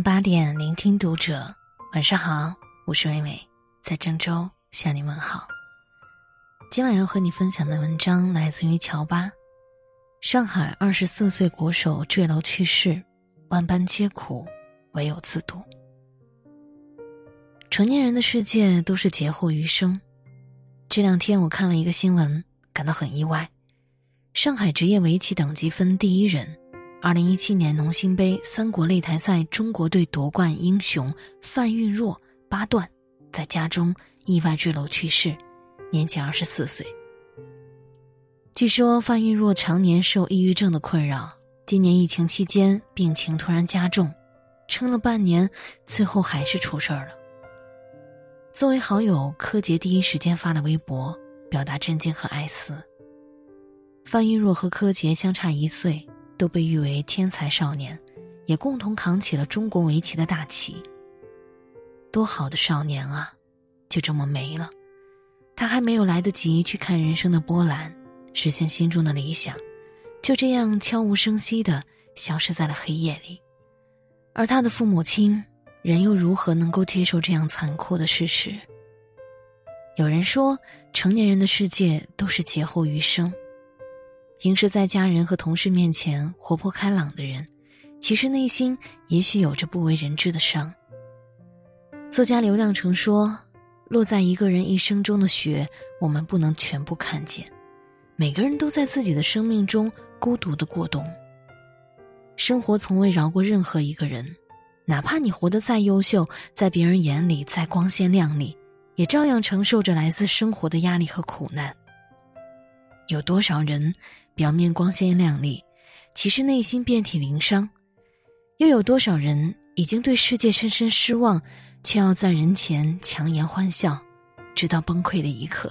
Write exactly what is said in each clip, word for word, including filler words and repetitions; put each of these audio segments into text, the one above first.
八点聆听读者，晚上好，我是微微，在郑州向你问好。今晚要和你分享的文章来自于乔巴。上海二十四岁国手坠楼去世，万般皆苦，唯有自渡。成年人的世界都是劫后余生。这两天我看了一个新闻，感到很意外。上海职业围棋等级分第一人，二零一七年农心杯三国擂台赛中国队夺冠英雄范蕴若八段在家中意外坠楼去世，年仅二十四岁。据说范蕴若常年受抑郁症的困扰，今年疫情期间病情突然加重，撑了半年，最后还是出事儿了。作为好友，柯洁第一时间发了微博，表达震惊和哀思。范蕴若和柯洁相差一岁，都被誉为天才少年，也共同扛起了中国围棋的大旗。多好的少年啊，就这么没了。他还没有来得及去看人生的波澜，实现心中的理想，就这样悄无声息地消失在了黑夜里。而他的父母亲，人又如何能够接受这样残酷的事实？有人说，成年人的世界都是劫后余生。平时在家人和同事面前活泼开朗的人，其实内心也许有着不为人知的伤。作家刘亮程说，落在一个人一生中的雪，我们不能全部看见，每个人都在自己的生命中孤独地过冬。生活从未饶过任何一个人，哪怕你活得再优秀，在别人眼里再光鲜亮丽，也照样承受着来自生活的压力和苦难。有多少人表面光鲜亮丽，其实内心遍体鳞伤？又有多少人已经对世界深深失望，却要在人前强颜欢笑，直到崩溃的一刻？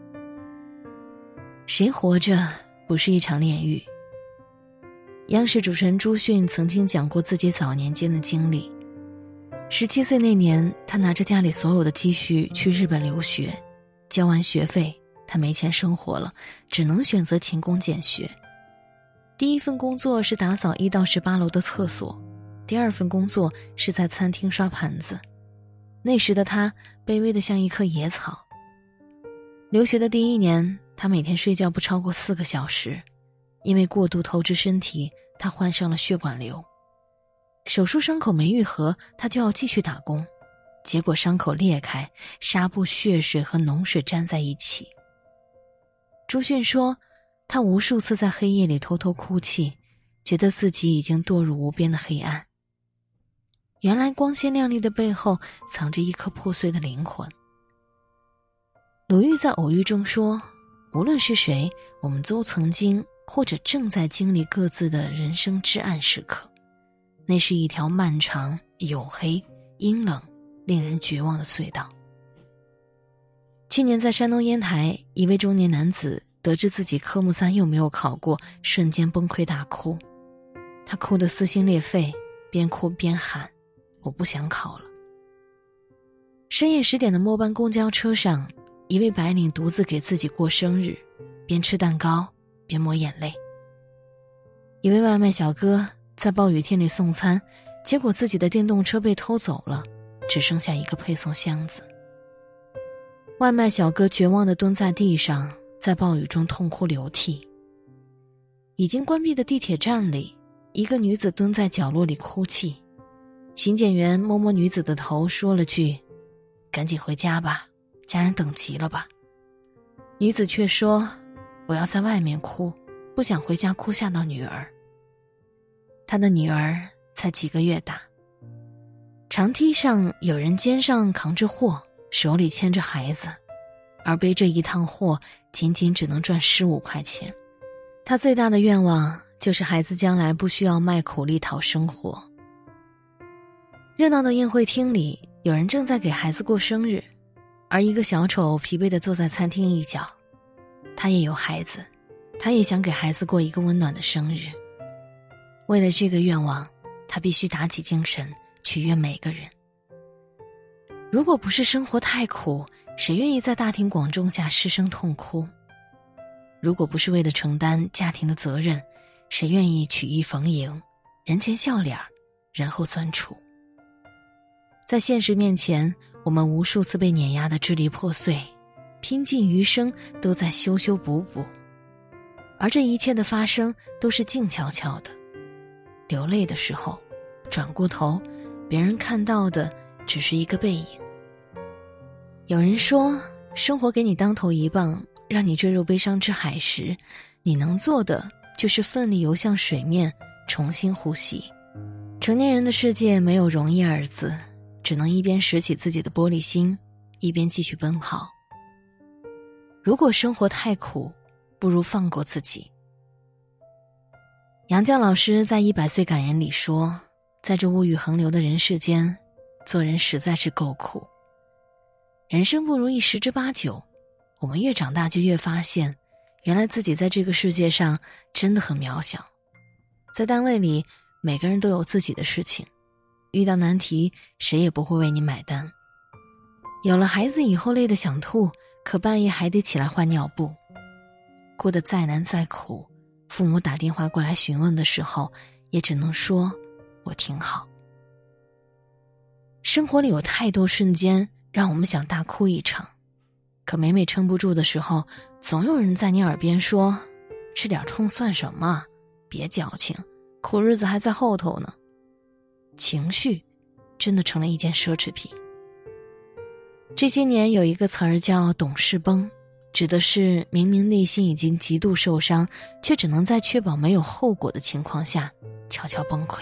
谁活着不是一场炼狱？央视主持人朱迅曾经讲过自己早年间的经历。十七岁那年，他拿着家里所有的积蓄去日本留学，交完学费，他没钱生活了，只能选择勤工俭学。第一份工作是打扫一到十八楼的厕所，第二份工作是在餐厅刷盘子。那时的他卑微得像一棵野草。留学的第一年，他每天睡觉不超过四个小时，因为过度透支身体，他患上了血管瘤。手术伤口没愈合，他就要继续打工，结果伤口裂开，纱布、血水和脓水粘在一起。朱迅说，他无数次在黑夜里偷偷哭泣，觉得自己已经堕入无边的黑暗。原来光鲜亮丽的背后藏着一颗破碎的灵魂。鲁豫在偶遇中说，无论是谁，我们都曾经或者正在经历各自的人生至暗时刻，那是一条漫长、黝黑、阴冷、令人绝望的隧道。去年在山东烟台，一位中年男子得知自己科目三又没有考过，瞬间崩溃大哭。他哭得撕心裂肺，边哭边喊，我不想考了。深夜十点的末班公交车上，一位白领独自给自己过生日，边吃蛋糕边抹眼泪。一位外卖小哥在暴雨天里送餐，结果自己的电动车被偷走了，只剩下一个配送箱子。外卖小哥绝望地蹲在地上，在暴雨中痛哭流涕。已经关闭的地铁站里，一个女子蹲在角落里哭泣。巡检员摸摸女子的头，说了句，赶紧回家吧，家人等急了吧。女子却说，我要在外面哭，不想回家哭吓到女儿。她的女儿才几个月大。长梯上有人肩上扛着货，手里牵着孩子，而背这一趟货仅仅只能赚十五块钱。他最大的愿望就是孩子将来不需要卖苦力讨生活。热闹的宴会厅里，有人正在给孩子过生日，而一个小丑疲惫地坐在餐厅一角。他也有孩子，他也想给孩子过一个温暖的生日。为了这个愿望，他必须打起精神取悦每个人。如果不是生活太苦，谁愿意在大庭广众下失声痛哭？如果不是为了承担家庭的责任，谁愿意曲意逢迎，人前笑脸，人后酸楚？ 在现实面前，我们无数次被碾压得支离破碎，拼尽余生都在修修补补。而这一切的发生都是静悄悄的，流泪的时候，转过头，别人看到的只是一个背影。有人说，生活给你当头一棒，让你坠入悲伤之海时，你能做的就是奋力游向水面，重新呼吸。成年人的世界没有容易二字，只能一边拾起自己的玻璃心，一边继续奔跑。如果生活太苦，不如放过自己。杨绛老师在一百岁感言里说，在这物欲横流的人世间，做人实在是够苦。人生不如意十之八九，我们越长大就越发现，原来自己在这个世界上真的很渺小。在单位里，每个人都有自己的事情，遇到难题，谁也不会为你买单。有了孩子以后累得想吐，可半夜还得起来换尿布。过得再难再苦，父母打电话过来询问的时候，也只能说我挺好。生活里有太多瞬间让我们想大哭一场，可每每撑不住的时候，总有人在你耳边说，吃点痛算什么，别矫情，苦日子还在后头呢。情绪真的成了一件奢侈品。这些年有一个词儿叫懂事崩，指的是明明内心已经极度受伤，却只能在确保没有后果的情况下悄悄崩溃。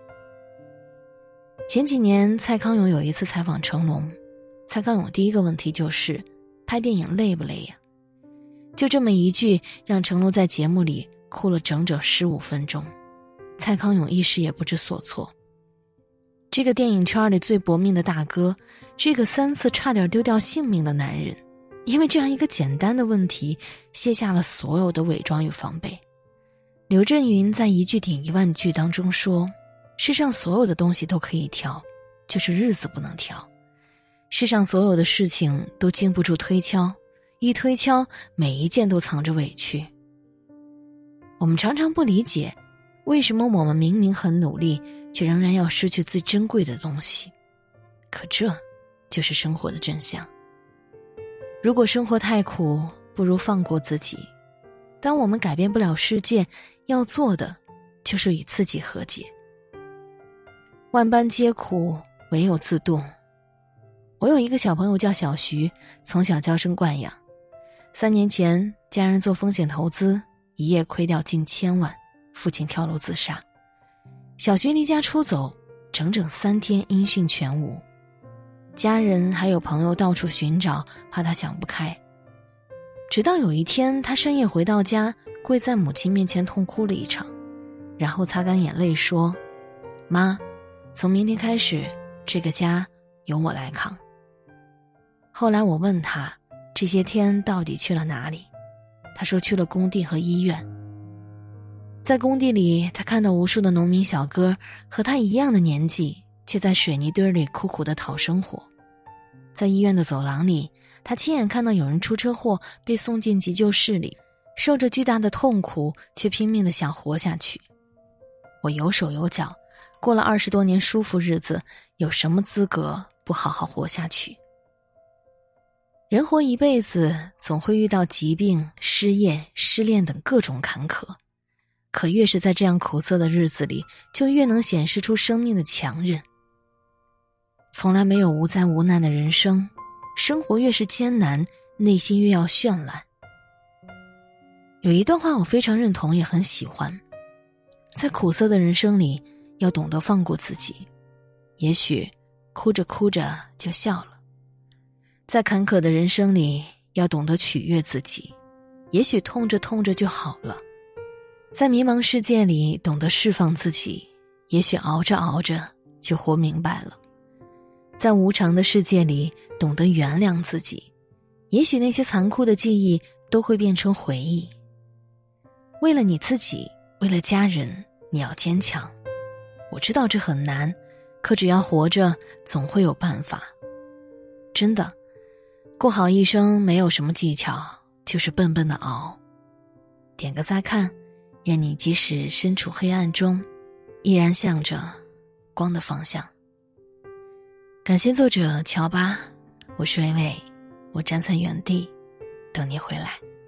前几年蔡康永有一次采访成龙，蔡康永第一个问题就是拍电影累不累呀？就这么一句，让成龙在节目里哭了整整十五分钟。蔡康永一时也不知所措。这个电影圈里最搏命的大哥，这个三次差点丢掉性命的男人，因为这样一个简单的问题，卸下了所有的伪装与防备。刘震云在一句顶一万句当中说，世上所有的东西都可以挑，就是日子不能挑。世上所有的事情都经不住推敲，一推敲，每一件都藏着委屈。我们常常不理解，为什么我们明明很努力，却仍然要失去最珍贵的东西。可这就是生活的真相。如果生活太苦，不如放过自己。当我们改变不了世界，要做的就是与自己和解。万般皆苦，唯有自渡。我有一个小朋友叫小徐，从小娇生惯养。三年前，家人做风险投资，一夜亏掉近千万，父亲跳楼自杀。小徐离家出走，整整三天音讯全无。家人还有朋友到处寻找，怕他想不开。直到有一天，他深夜回到家，跪在母亲面前痛哭了一场，然后擦干眼泪说，妈，从明天开始，这个家由我来扛。后来我问他，这些天到底去了哪里？他说去了工地和医院。在工地里，他看到无数的农民小哥和他一样的年纪，却在水泥堆里苦苦地讨生活。在医院的走廊里，他亲眼看到有人出车祸被送进急救室里，受着巨大的痛苦，却拼命地想活下去。我有手有脚，过了二十多年舒服日子，有什么资格不好好活下去？人活一辈子，总会遇到疾病、失业、失恋等各种坎坷。可越是在这样苦涩的日子里，就越能显示出生命的强韧。从来没有无灾无难的人生，生活越是艰难，内心越要绚烂。有一段话我非常认同，也很喜欢。在苦涩的人生里，要懂得放过自己，也许哭着哭着就笑了。在坎坷的人生里，要懂得取悦自己，也许痛着痛着就好了。在迷茫世界里，懂得释放自己，也许熬着熬着就活明白了。在无常的世界里，懂得原谅自己，也许那些残酷的记忆都会变成回忆。为了你自己，为了家人，你要坚强。我知道这很难，可只要活着，总会有办法。真的，过好一生没有什么技巧，就是笨笨的熬。点个再看，愿你即使身处黑暗中，依然向着光的方向。 感谢作者乔巴，我是微微，我站在原地等你回来。